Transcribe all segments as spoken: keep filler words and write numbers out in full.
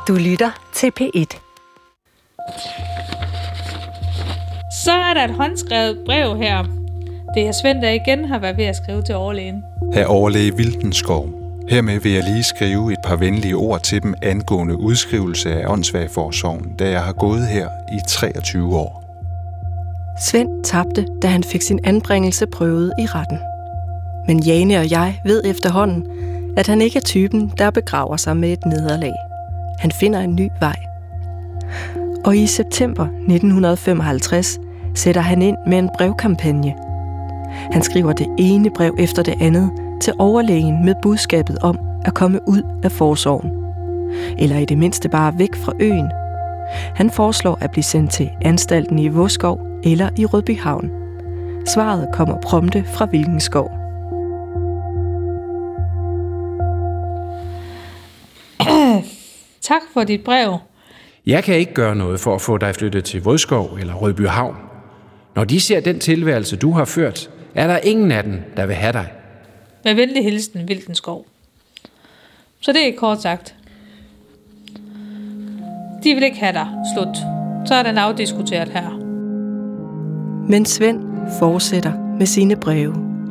Du lytter til P et. Så er der et håndskrevet brev her. Det er Svend, der igen har været ved at skrive til overlægen. Herr overlæge Wildenskov, hermed vil jeg lige skrive et par venlige ord til dem angående udskrivelse af åndssvageforsorgen, da jeg har gået her i treogtyve år. Svend tabte, da han fik sin anbringelse prøvet i retten. Men Jane og jeg ved efterhånden, at han ikke er typen, der begraver sig med et nederlag. Han finder en ny vej. Og i september nitten femoghalvtreds sætter han ind med en brevkampagne. Han skriver det ene brev efter det andet til overlægen med budskabet om at komme ud af forsorgen. Eller i det mindste bare væk fra øen. Han foreslår at blive sendt til anstalten i Vodskov eller i Rødbyhavn. Svaret kommer prompte fra Wildenskov. Tak for dit brev. Jeg kan ikke gøre noget for at få dig flyttet til Vodskov eller Rødbyhavn. Når de ser den tilværelse, du har ført, er der ingen af dem, der vil have dig. Med venlig hilsen, Wildenskov. Så det er kort sagt. De vil ikke have dig. Slut. Så er den afdiskuteret her. Men Svend fortsætter med sine breve.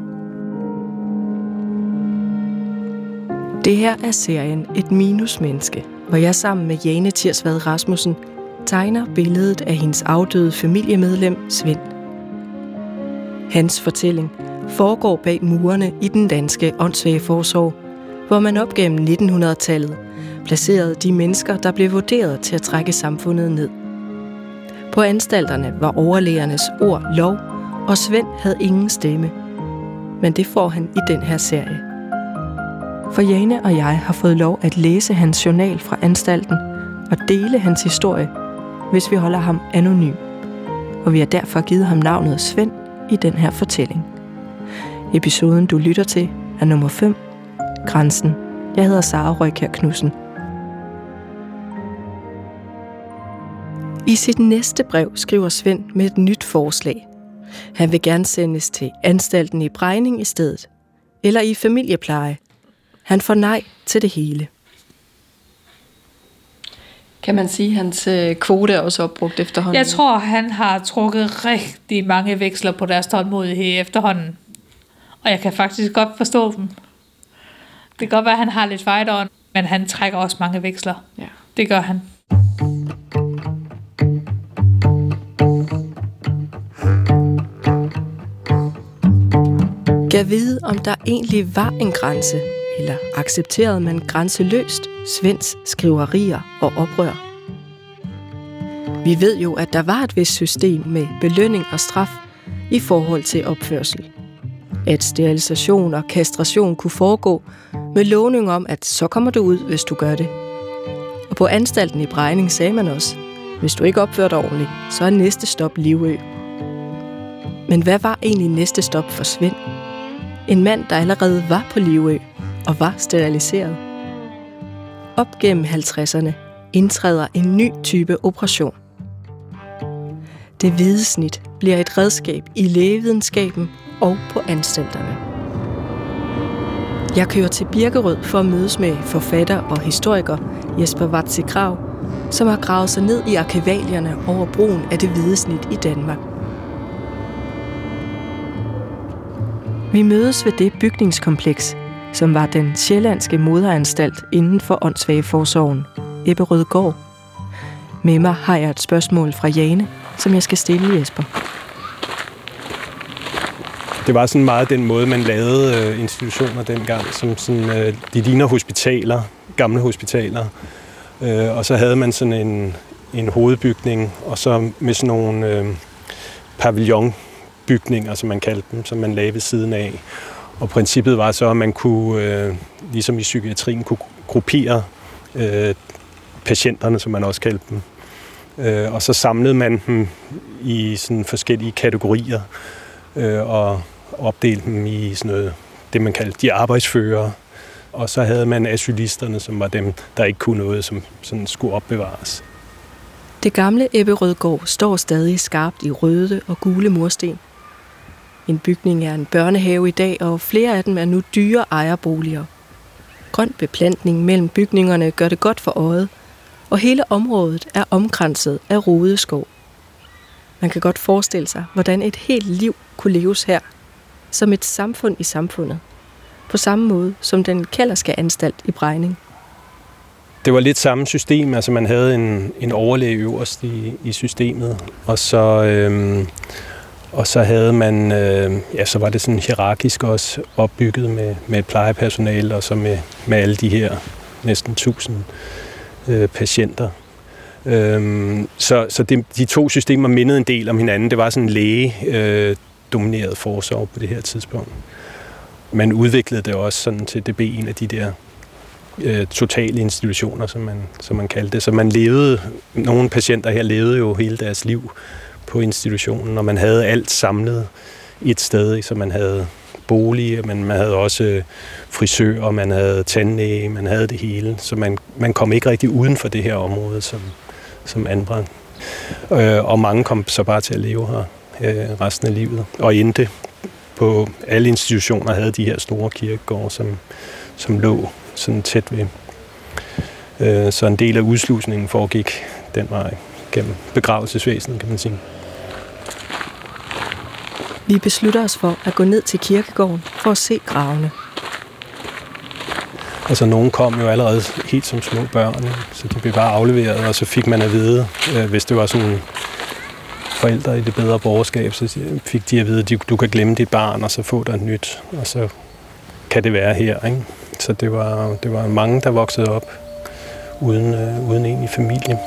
Det her er serien Et minusmenneske, hvor jeg sammen med Jane Tirsvad Rasmussen tegner billedet af hendes afdøde familiemedlem Svend. Hans fortælling foregår bag murene i den danske åndssvageforsorg, hvor man op gennem nitten hundrede-tallet placerede de mennesker, der blev vurderet til at trække samfundet ned. På anstalterne var overlægernes ord lov, og Svend havde ingen stemme. Men det får han i den her serie. For Jane og jeg har fået lov at læse hans journal fra anstalten og dele hans historie, hvis vi holder ham anonym. Og vi har derfor givet ham navnet Svend i den her fortælling. Episoden, du lytter til, er nummer fem, Grænsen. Jeg hedder Sara Røykjær Knudsen. I sit næste brev skriver Svend med et nyt forslag. Han vil gerne sendes til anstalten i Brejning i stedet, eller i familiepleje. Han får nej til det hele. Kan man sige, at hans kvote er også opbrugt efterhånden? Jeg tror, han har trukket rigtig mange veksler på deres tålmodighed efterhånden. Og jeg kan faktisk godt forstå dem. Det kan godt være, at han har lidt fight on, men han trækker også mange veksler. Ja. Det gør han. Gav vide, om der egentlig var en grænse, eller accepterede man grænseløst Svends skriverier og oprør. Vi ved jo, at der var et vist system med belønning og straf i forhold til opførsel. At sterilisation og kastration kunne foregå med lovning om, at så kommer du ud, hvis du gør det. Og på anstalten i Brejning sagde man også, hvis du ikke opfører dig ordentligt, så er næste stop Livø. Men hvad var egentlig næste stop for Svend? En mand, der allerede var på Livø og var steriliseret. Op gennem halvtredserne indtræder en ny type operation. Det hvide snit bliver et redskab i lægevidenskaben og på anstalterne. Jeg kører til Birkerød for at mødes med forfatter og historiker Jesper Watze Krag, som har gravet sig ned i arkivalierne over brugen af det hvide snit i Danmark. Vi mødes ved det bygningskompleks, som var den sjællandske moderanstalt inden for åndssvageforsorgen, Ebberødgård. Med mig har jeg et spørgsmål fra Jane, som jeg skal stille Jesper. Det var sådan meget den måde, man lavede øh, institutioner dengang, som sådan, øh, de ligner hospitaler, gamle hospitaler. Øh, og så havde man sådan en, en hovedbygning, og så med sådan nogle øh, pavillonbygninger, som man kaldte dem, som man lagde ved siden af. Og princippet var så, at man kunne, øh, ligesom i psykiatrien, kunne gruppere øh, patienterne, som man også kaldte dem. Øh, og så samlede man dem i sådan forskellige kategorier, øh, og opdelte dem i sådan noget, det man kaldte de arbejdsførere. Og så havde man asylisterne, som var dem, der ikke kunne noget, som sådan skulle opbevares. Det gamle Ebberødgård står stadig skarpt i røde og gule mursten. En bygning er en børnehave i dag, og flere af dem er nu dyre ejerboliger. Grøn beplantning mellem bygningerne gør det godt for øjet, og hele området er omkranset af rodeskov. Man kan godt forestille sig, hvordan et helt liv kunne leves her, som et samfund i samfundet, på samme måde som den Kellerske anstalt i Brejning. Det var lidt samme system, altså man havde en, en overlæge øverst i, i systemet, og så, øhm, og så havde man, øh, ja, så var det sådan hierarkisk også opbygget med, med et plejepersonale, og så med, med alle de her næsten tusind øh, patienter. Øhm, så så det, de to systemer mindede en del om hinanden. Det var sådan en læge-domineret øh, forsorg på det her tidspunkt. Man udviklede det også sådan til det blev en af de der øh, totale institutioner, som man, som man kaldte det. Så man levede, nogle patienter her levede jo hele deres liv på institutionen, og man havde alt samlet et sted, så man havde bolig, men man havde også frisør, og man havde tandlæge, man havde det hele. Så man, man kom ikke rigtig uden for det her område, som, som anbragt. Øh, og mange kom så bare til at leve her øh, resten af livet, og endte på alle institutioner havde de her store kirkegårde, som, som lå sådan tæt ved. Øh, så en del af udslusningen foregik den vej gennem begravelsesvæsenet, kan man sige. Vi beslutter os for at gå ned til kirkegården for at se gravene. Altså, nogen kom jo allerede helt som små børn, så de blev bare afleveret, og så fik man at vide, øh, hvis det var sådan forældre i det bedre borgerskab, så fik de at vide, at du kan glemme dit barn, og så få dig et nyt, og så kan det være her, ikke? Så det var, det var mange, der voksede op uden, øh, uden egentlig familie.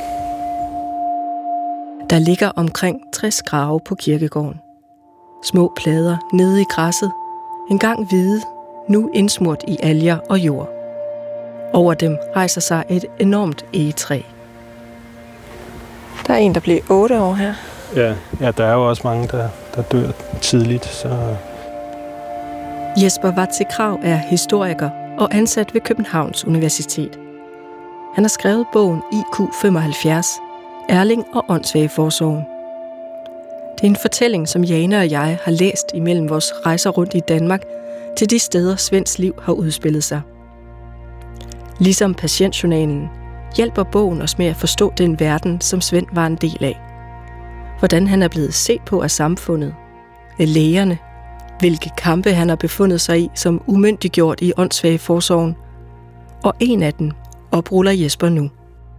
Der ligger omkring tres grave på kirkegården. Små plader nede i græsset, engang hvide, nu indsmurt i alger og jord. Over dem rejser sig et enormt egetræ. Der er en, der blev otte år her. Ja, ja, der er jo også mange, der, der dør tidligt. Så... Jesper Watze Krag er historiker og ansat ved Københavns Universitet. Han har skrevet bogen I Q femoghalvfjerds, Erling og åndssvageforsorgen. Det er en fortælling, som Jane og jeg har læst imellem vores rejser rundt i Danmark til de steder, Svends liv har udspillet sig. Ligesom patientjournalen hjælper bogen os med at forstå den verden, som Svend var en del af. Hvordan han er blevet set på af samfundet, af lægerne, hvilke kampe han har befundet sig i som umyndiggjort i åndssvageforsorgen, og en af dem opruller Jesper nu.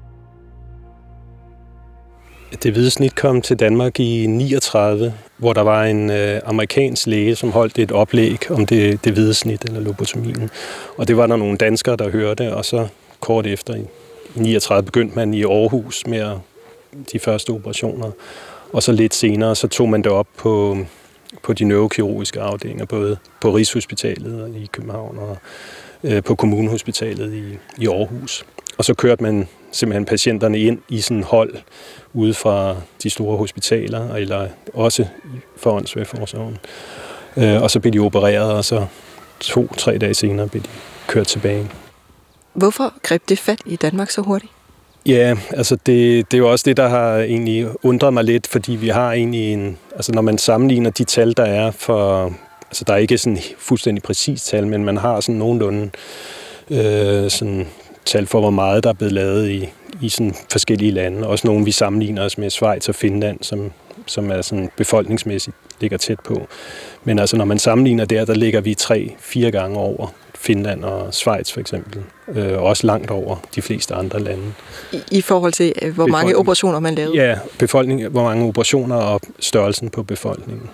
Det hvide snit kom til Danmark i niogtredive, hvor der var en øh, amerikansk læge, som holdt et oplæg om det, det hvide snit, eller lobotomien. Og det var der nogle danskere, der hørte, og så kort efter i niogtredive begyndte man i Aarhus med de første operationer. Og så lidt senere, så tog man det op på, på de neurokirurgiske afdelinger, både på Rigshospitalet i København og øh, på Kommunehospitalet i, i Aarhus. Og så kørte man simpelthen patienterne ind i sådan hold ude fra de store hospitaler, eller også for åndssvageforsorgen. Øh, og så blev de opereret, og så to-tre dage senere blev de kørt tilbage. Hvorfor greb det fat i Danmark så hurtigt? Ja, altså det, det er jo også det, der har egentlig undret mig lidt, fordi vi har egentlig en... Altså når man sammenligner de tal, der er for... Altså der er ikke sådan fuldstændig præcis tal, men man har sådan nogenlunde øh, sådan tal for, hvor meget der er blevet lavet i, i sådan forskellige lande. Også nogle, vi sammenligner os med Schweiz og Finland, som, som er sådan befolkningsmæssigt ligger tæt på. Men altså når man sammenligner der, der ligger vi tre-fire gange over Finland og Schweiz for eksempel. Øh, også langt over de fleste andre lande. I, i forhold til, hvor mange operationer man lavede? Ja, befolkning, hvor mange operationer og størrelsen på befolkningen.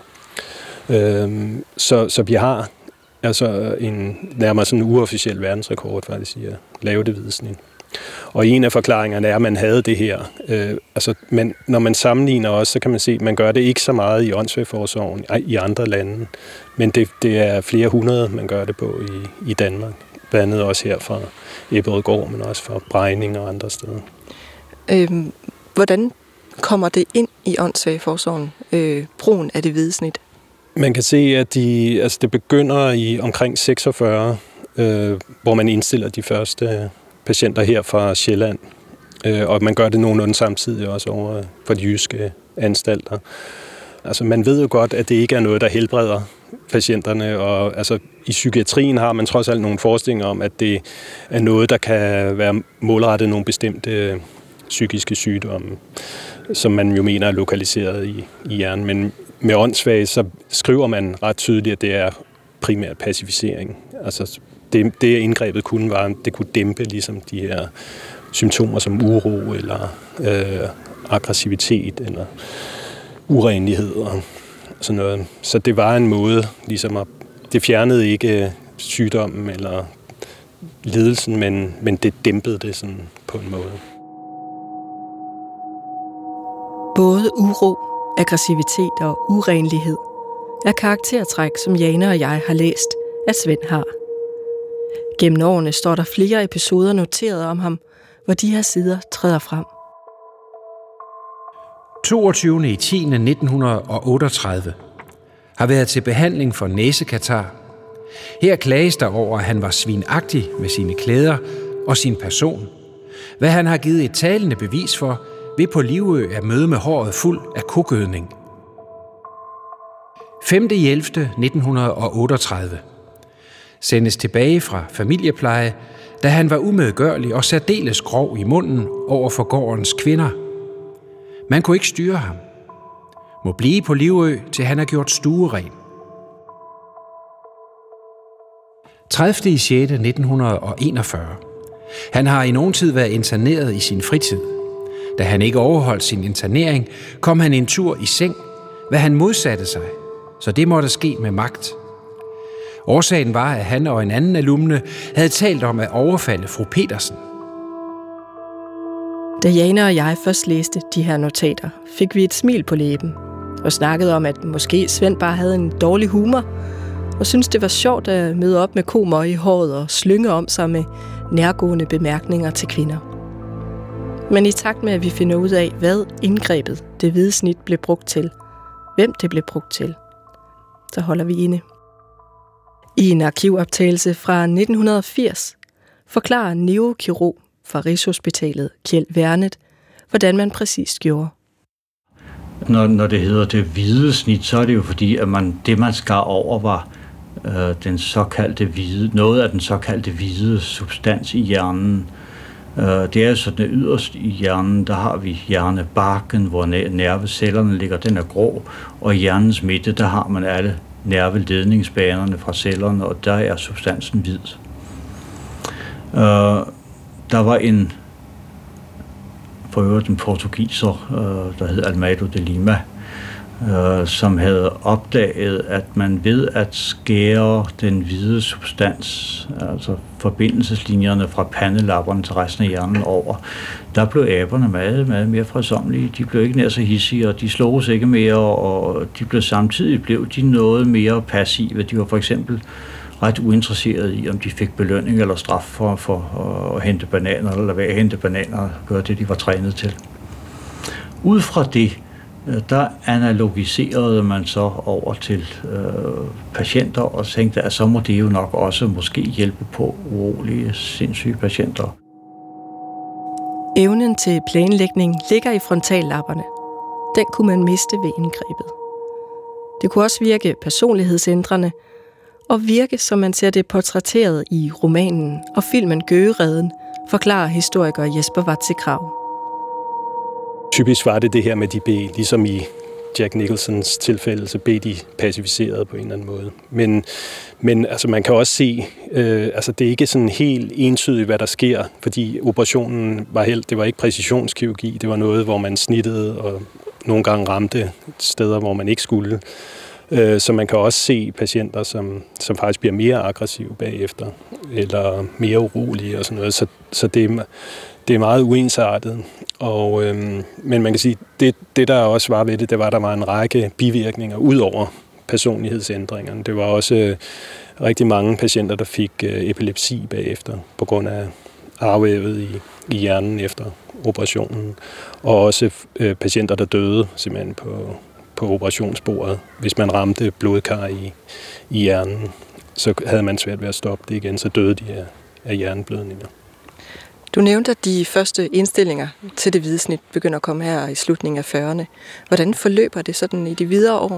Øh, så, så vi har altså en nærmere sådan en uofficiel verdensrekord, faktisk, i at lave det hvide snit. Og en af forklaringerne er, at man havde det her. Øh, altså, men når man sammenligner også, så kan man se, at man gør det ikke så meget i åndssvageforsorgen i andre lande. Men det, det er flere hundrede, man gør det på i, i Danmark. Blandt andet også her fra Ebberødgård, men også fra Brejning og andre steder. Øhm, hvordan kommer det ind i åndssvageforsorgen, øh, brugen af det hvide snit? Man kan se, at de, altså det begynder i omkring seksogfyrre, øh, hvor man indstiller de første patienter her fra Sjælland. Øh, og man gør det nogenlunde samtidig også over for de jyske anstalter. Altså man ved jo godt, at det ikke er noget, der helbreder patienterne. Og altså i psykiatrien har man trods alt nogle forestillinger om, at det er noget, der kan være målrettet nogle bestemte psykiske sygdomme, som man jo mener er lokaliseret i, i hjernen. Men med åndssvage, så skriver man ret tydeligt, at det er primært pacificering. Altså det, det indgrebet kunne var, det kunne dæmpe ligesom de her symptomer som uro eller øh, aggressivitet eller urenlighed og sådan noget. Så det var en måde, ligesom at det fjernede ikke sygdommen eller lidelsen, men, men det dæmpede det sådan på en måde. Både uro, aggressivitet og urenlighed er karaktertræk, som Jane og jeg har læst, at Svend har. Gennem årene står der flere episoder noteret om ham, hvor de her sider træder frem. toogtyvende oktober nitten otteogtredive har været til behandling for næsekatarr. Her klages der over, at han var svinagtig med sine klæder og sin person, hvad han har givet et talende bevis for ved på Livø at møde med håret fuld af kogødning. femte ellevte nitten otteogtredive sendes tilbage fra familiepleje, da han var umedgørlig og særdeles grov i munden over for gårdens kvinder. Man kunne ikke styre ham. Må blive på Livø, til han har gjort stueren. tredivte sjette nitten enogfyrre. Han har i nogen tid været interneret i sin fritid. Da han ikke overholdt sin internering, kom han en tur i seng, hvad han modsatte sig, så det måtte ske med magt. Årsagen var, at han og en anden alumne havde talt om at overfalde fru Petersen. Da Jane og jeg først læste de her notater, fik vi et smil på læben og snakkede om, at måske Svend bare havde en dårlig humor og syntes, det var sjovt at møde op med komøg i håret og slynge om sig med nærgående bemærkninger til kvinder. Men i takt med, at vi finder ud af, hvad indgrebet, det hvide snit, blev brugt til, hvem det blev brugt til, så holder vi inde. I en arkivoptagelse fra nitten firs forklarer neurokirurg fra Rigshospitalet Kjeld Vernet, hvordan man præcist gjorde. Når, når det hedder det hvide snit, så er det jo fordi, at man, det man skar over var øh, den såkaldte hvide, noget af den såkaldte hvide substans i hjernen. Øh, det er jo sådan, at yderst i hjernen, der har vi hjernebarken, hvor nervecellerne ligger, den er grå, og i hjernens midte, der har man alle nerveledningsbanerne fra cellerne, og der er substansen hvid. Øh, der var en for øvrigt en portugiser, øh, der hed Almado de Lima, øh, som havde opdaget, at man ved at skære den hvide substans, altså forbindelseslinjerne fra pandelapperne til resten af hjernen over, der blev aberne meget, meget mere fredsommelige. De blev ikke nær så hissige, og de sloges ikke mere, og de blev samtidig blev de noget mere passive. De var for eksempel ret uinteresseret i, om de fik belønning eller straf for, for at hente bananer, eller lade være at hente bananer og gøre det, de var trænet til. Ud fra det, der analogiserede man så over til øh, patienter og tænkte, at så må det jo nok også måske hjælpe på urolige, sindssyge patienter. Evnen til planlægning ligger i frontallapperne. Den kunne man miste ved indgrebet. Det kunne også virke personlighedsændrende, og virke, som man ser det portrætteret i romanen og filmen Gøgereden, forklarer historiker Jesper Watzekrav. Typisk var det det her med, de blev, ligesom i Jack Nicholsons tilfælde, så blev de pacificeret på en eller anden måde. Men, men altså, man kan også se, øh, altså, det er ikke sådan helt entydigt, hvad der sker, fordi operationen var helt, det var ikke præcisionskirurgi, det var noget, hvor man snittede og nogle gange ramte steder, hvor man ikke skulle. Så man kan også se patienter, som, som faktisk bliver mere aggressive bagefter, eller mere urolige og sådan noget. Så, så det, er, det er meget uensartet. Og, øhm, men man kan sige, det, det der også var ved det, det var, at der var en række bivirkninger ud over personlighedsændringerne. Det var også øh, rigtig mange patienter, der fik øh, epilepsi bagefter, på grund af arvævet i, i hjernen efter operationen. Og også øh, patienter, der døde simpelthen på på operationsbordet. Hvis man ramte blodkar i, i hjernen, så havde man svært ved at stoppe det igen, så døde de af, af hjerneblødninger. Du nævnte, at de første indstillinger til det hvide snit begynder at komme her i slutningen af fyrrerne. Hvordan forløber det sådan i de videre år?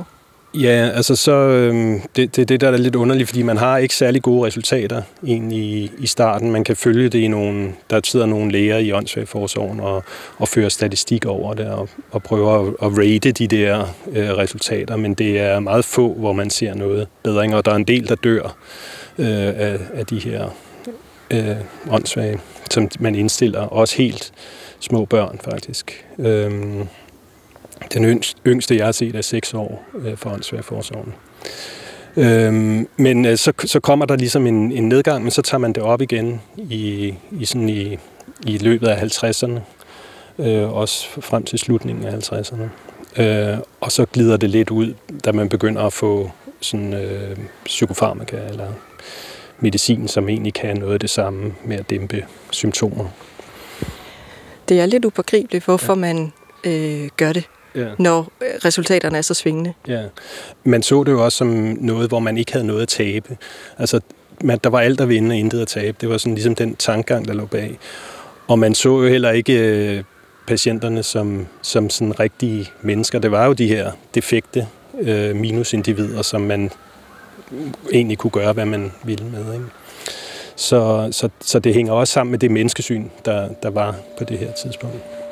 Ja, altså så, øh, det, det, det der er lidt underligt, fordi man har ikke særlig gode resultater egentlig i, i starten. Man kan følge det i nogle, der sidder nogle læger i åndssvageforsorgen og, og fører statistik over det og, og prøver at, at rate de der øh, resultater, men det er meget få, hvor man ser noget bedring, og der er en del, der dør øh, af, af de her øh, åndssvage, som man indstiller, også helt små børn faktisk. Øh, Den yngste, jeg har set, er seks år øh, for åndssvageforsorgen. Øhm, men øh, så, så kommer der ligesom en, en nedgang, men så tager man det op igen i, i, sådan i, i løbet af halvtredserne, øh, også frem til slutningen af halvtredserne. Øh, og så glider det lidt ud, da man begynder at få sådan, øh, psykofarmaka eller medicin, som egentlig kan noget af det samme med at dæmpe symptomer. Det er lidt upågribeligt, hvorfor ja. man øh, gør det. Ja. Når resultaterne er så svingende. Ja. Man så det jo også som noget, hvor man ikke havde noget at tabe. Altså, man, der var alt at vinde og intet at tabe. Det var sådan ligesom den tankegang, der lå bag. Og man så jo heller ikke øh, patienterne som, som sådan rigtige mennesker. Det var jo de her defekte øh, minusindivider, som man egentlig kunne gøre, hvad man ville med. Ikke? Så, så, så det hænger også sammen med det menneskesyn, der, der var på det her tidspunkt.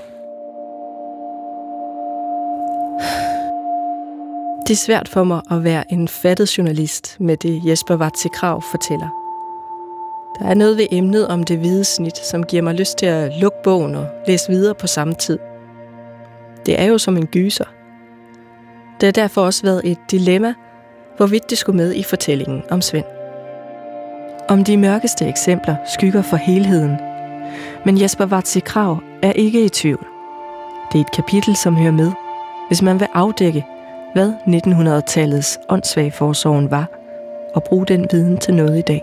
Det er svært for mig at være en fattet journalist med det Jesper Wartze Krag fortæller. Der er noget ved emnet om det hvide snit, som giver mig lyst til at lukke bogen og læse videre på samme tid. Det er jo som en gyser. Det har derfor også været et dilemma, hvorvidt det skulle med i fortællingen om Svend. Om de mørkeste eksempler skygger for helheden, men Jesper Wartze Krag er ikke i tvivl. Det er et kapitel, som hører med, hvis man vil afdække, hvad nitten hundrede-tallets åndssvageforsorgen var, og bruge den viden til noget i dag.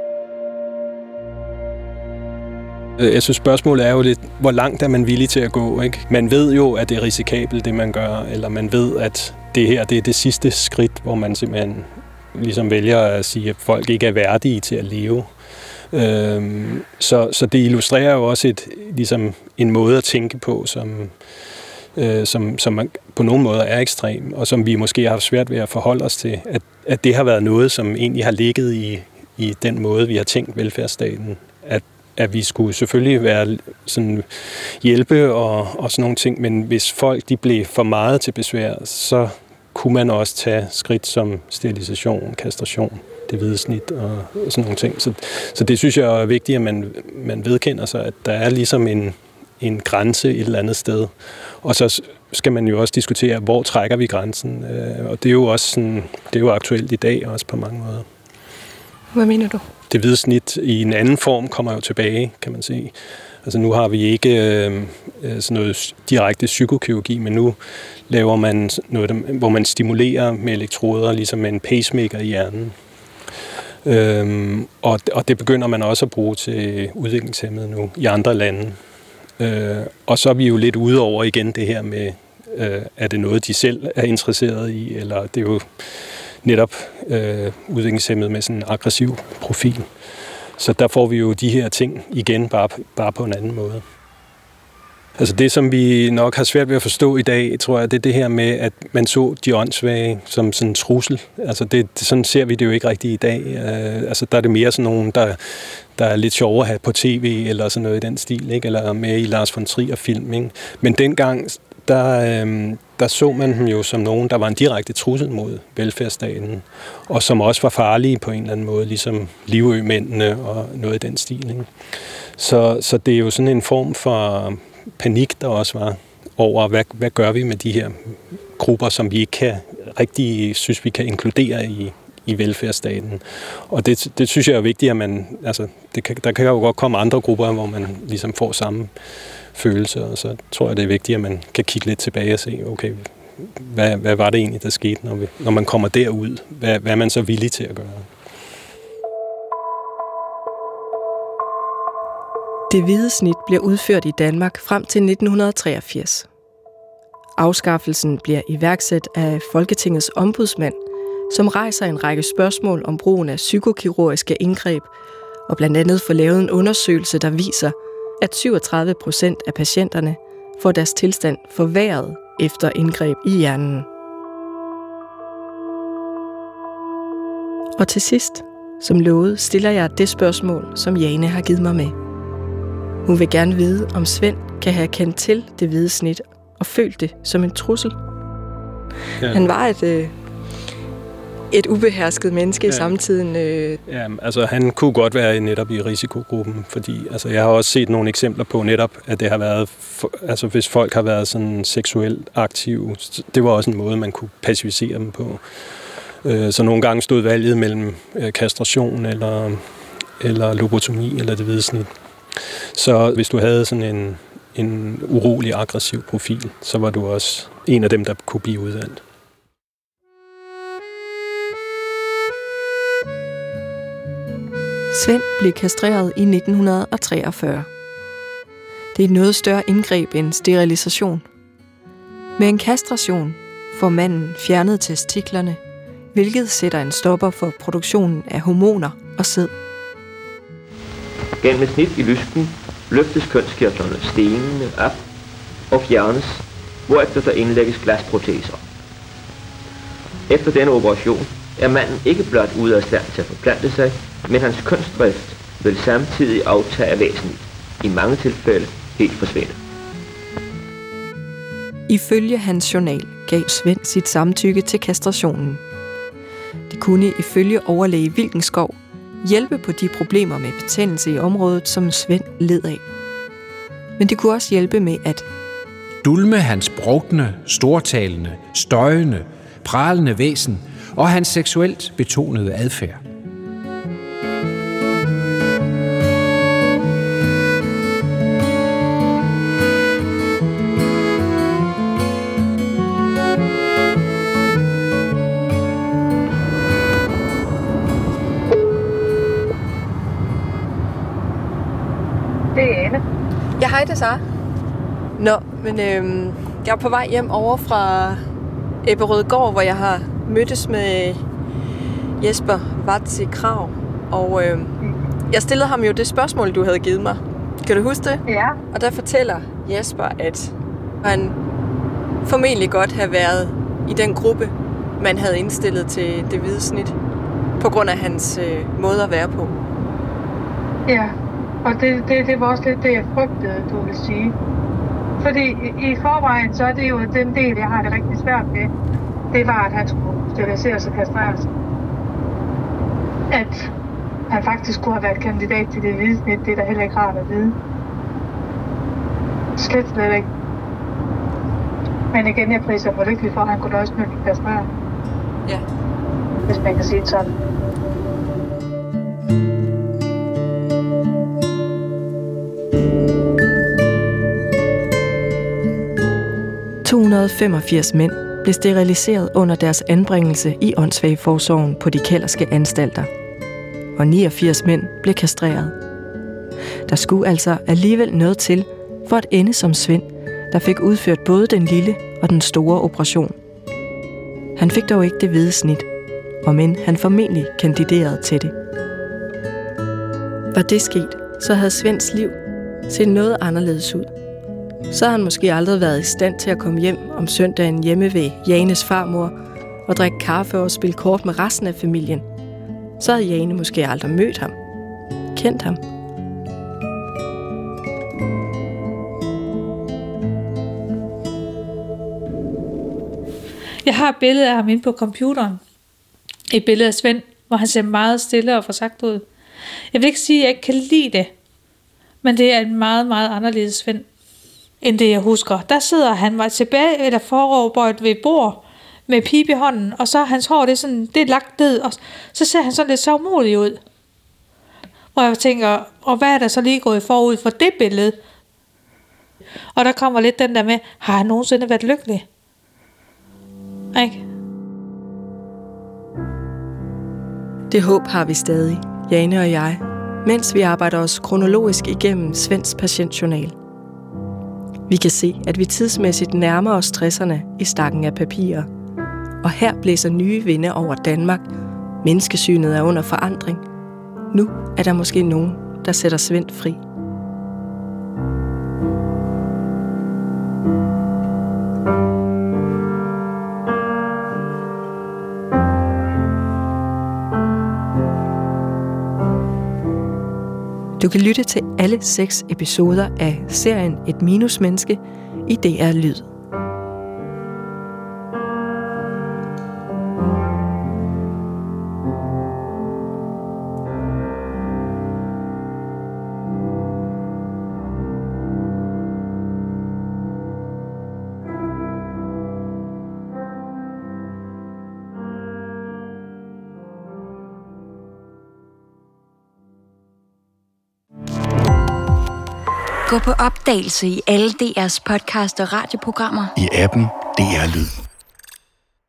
Jeg synes, spørgsmålet er jo lidt, hvor langt er man villig til at gå, ikke? Man ved jo, at det er risikabelt, det man gør, eller man ved, at det her det er det sidste skridt, hvor man simpelthen ligesom vælger at sige, at folk ikke er værdige til at leve. Øhm, så, så det illustrerer jo også et, ligesom en måde at tænke på, som, øh, som, som man på nogle måder er ekstrem, og som vi måske har haft svært ved at forholde os til, at, at det har været noget, som egentlig har ligget i, i den måde, vi har tænkt velfærdsstaten, at at vi skulle selvfølgelig være sådan hjælpe og, og sådan nogle ting, men hvis folk de blev for meget til besvær, så kunne man også tage skridt som sterilisation, kastration, det hvide snit og sådan nogle ting. Så, så det synes jeg er vigtigt, at man, man vedkender sig, at der er ligesom en, en grænse et eller andet sted. Og så skal man jo også diskutere, hvor trækker vi grænsen, og det er jo også sådan, det er jo aktuelt i dag også på mange måder. Hvad mener du? Det hvide snit i en anden form kommer jo tilbage, kan man sige. Altså nu har vi ikke øh, sådan noget direkte psykokirurgi, men nu laver man noget, hvor man stimulerer med elektroder, ligesom med en pacemaker i hjernen. Øhm, og, og det begynder man også at bruge til udviklingshæmmede nu i andre lande. Øh, og så er vi jo lidt ude over igen det her med, øh, er det noget, de selv er interesseret i, eller det er jo netop øh, udviklingshæmmet med sådan en aggressiv profil. Så der får vi jo de her ting igen, bare, bare på en anden måde. Altså det, som vi nok har svært ved at forstå i dag, tror jeg, det er det her med, at man så de åndssvage som sådan en trussel. Altså det, sådan ser vi det jo ikke rigtigt i dag. Uh, altså der er det mere sådan nogen, der, der er lidt sjovere at have på tv, eller sådan noget i den stil, ikke? Eller med i Lars von Trier-film, ikke? Men dengang, der, øhm, der så man dem jo som nogen, der var en direkte trussel mod velfærdsstaten, og som også var farlige på en eller anden måde, ligesom Livø-mændene og noget i den stil, ikke? Så, så det er jo sådan en form for panik, der også var over, hvad, hvad gør vi med de her grupper, som vi ikke kan rigtig synes, vi kan inkludere i, i velfærdsstaten. Og det, det synes jeg er vigtigt, at man, altså, det kan, der kan jo godt komme andre grupper, hvor man ligesom får samme følelse, og så tror jeg, det er vigtigt, at man kan kigge lidt tilbage og se, okay, hvad, hvad var det egentlig, der skete, når, vi, når man kommer derud? Hvad, hvad er man så villig til at gøre? Det hvide snit bliver udført i Danmark frem til nitten treogfirs. Afskaffelsen bliver iværksat af Folketingets ombudsmand, som rejser en række spørgsmål om brugen af psykokirurgiske indgreb, og blandt andet får lavet en undersøgelse, der viser, at syvogtredive procent af patienterne får deres tilstand forværret efter indgreb i hjernen. Og til sidst, som lovet, stiller jeg det spørgsmål, som Jane har givet mig med. Hun vil gerne vide, om Svend kan have kendt til det hvide snit og følt det som en trussel. Ja. Han var et, øh, et ubehersket menneske ja. i samtiden. Øh. Ja, altså han kunne godt være netop i risikogruppen, fordi altså, jeg har også set nogle eksempler på netop, at det har været, for, altså hvis folk har været sådan seksuelt aktive, det var også en måde, man kunne pacificere dem på. Så nogle gange stod valget mellem kastration eller, eller lobotomi eller det hvide snit. Så hvis du havde sådan en, en urolig, aggressiv profil, så var du også en af dem, der kunne blive udvalgt. Svend blev kastreret i nitten treogfyrre. Det er et noget større indgreb end sterilisation. Med en kastration får manden fjernet testiklerne, hvilket sætter en stopper for produktionen af hormoner og sæd. Gennem et snit i lysken løftes kønskirtlerne stenene op og fjernes, hvorefter der indlægges glasproteser. Efter denne operation er manden ikke blot ude af stand til at forplante sig, men hans kønsdrift vil samtidig aftage væsentligt, i mange tilfælde helt forsvinde. Ifølge hans journal gav Svend sit samtykke til kastrationen. Det kunne ifølge overlæge Wilkenskov hjælpe på de problemer med betændelse i området, som Svend led af. Men det kunne også hjælpe med at dulme hans brovtende, stortalende, støjende, pralende væsen og hans seksuelt betonede adfærd. Ja, hej, det er Sara. Nå, men øhm, jeg er på vej hjem over fra Ebberødgård, hvor jeg har mødtes med Jesper Vatsi Krav. Og øhm, jeg stillede ham jo det spørgsmål, du havde givet mig. Kan du huske det? Ja. Og der fortæller Jesper, at han formentlig godt have været i den gruppe, man havde indstillet til det hvide snit, på grund af hans øh, måde at være på. Ja. Og det, det, det var også lidt det, jeg frygtede, du vil sige. Fordi i, i forvejen, så er det jo den del, jeg har det rigtig svært med. Det var, at han skulle steriliseres og kastreres. At han faktisk kunne have været kandidat til det hvide snit, det er da heller ikke rart at vide. Slet slet ikke. Men igen, jeg priser på lykkelig for, at han kunne også blive kastreret. Ja. Hvis man kan sige det sådan. to hundrede og femogfirs mænd blev steriliseret under deres anbringelse i åndssvageforsorgen på de kellerske anstalter, og niogfirs mænd blev kastreret. Der skulle altså alligevel noget til for at ende som Svend, der fik udført både den lille og den store operation. Han fik dog ikke det hvide snit, og men han formentlig kandiderede til det. Var det sket, så havde Svends liv set noget anderledes ud. Så har han måske aldrig været i stand til at komme hjem om søndagen hjemme ved Janes farmor og drikke kaffe og spille kort med resten af familien. Så havde Jane måske aldrig mødt ham, kendt ham. Jeg har et billede af ham inde på computeren. Et billede af Svend, hvor han ser meget stille og forsagt ud. Jeg vil ikke sige, at jeg ikke kan lide det, men det er en meget, meget anderledes Svend end det, jeg husker. Der sidder han var tilbage eller foroverbøjet ved et bord med pibe i hånden, og så hans hår, det er, sådan, det er lagt ned, og så ser han sådan lidt savmodig ud. Hvor jeg tænker, og hvad er der så lige gået forud for det billede? Og der kommer lidt den der med, har han nogensinde været lykkelig? Ikke? Det håb har vi stadig, Jane og jeg, mens vi arbejder os kronologisk igennem Svends patientjournal. Vi kan se, at vi tidsmæssigt nærmer os tresserne i stakken af papirer. Og her blæser nye vinde over Danmark. Menneskesynet er under forandring. Nu er der måske nogen, der sætter Svend fri. Du kan lytte til alle seks episoder af serien Et Minusmenneske i D R Lyd. Gå på opdagelse i alle D R's podcast og radioprogrammer. I appen D R Lyd.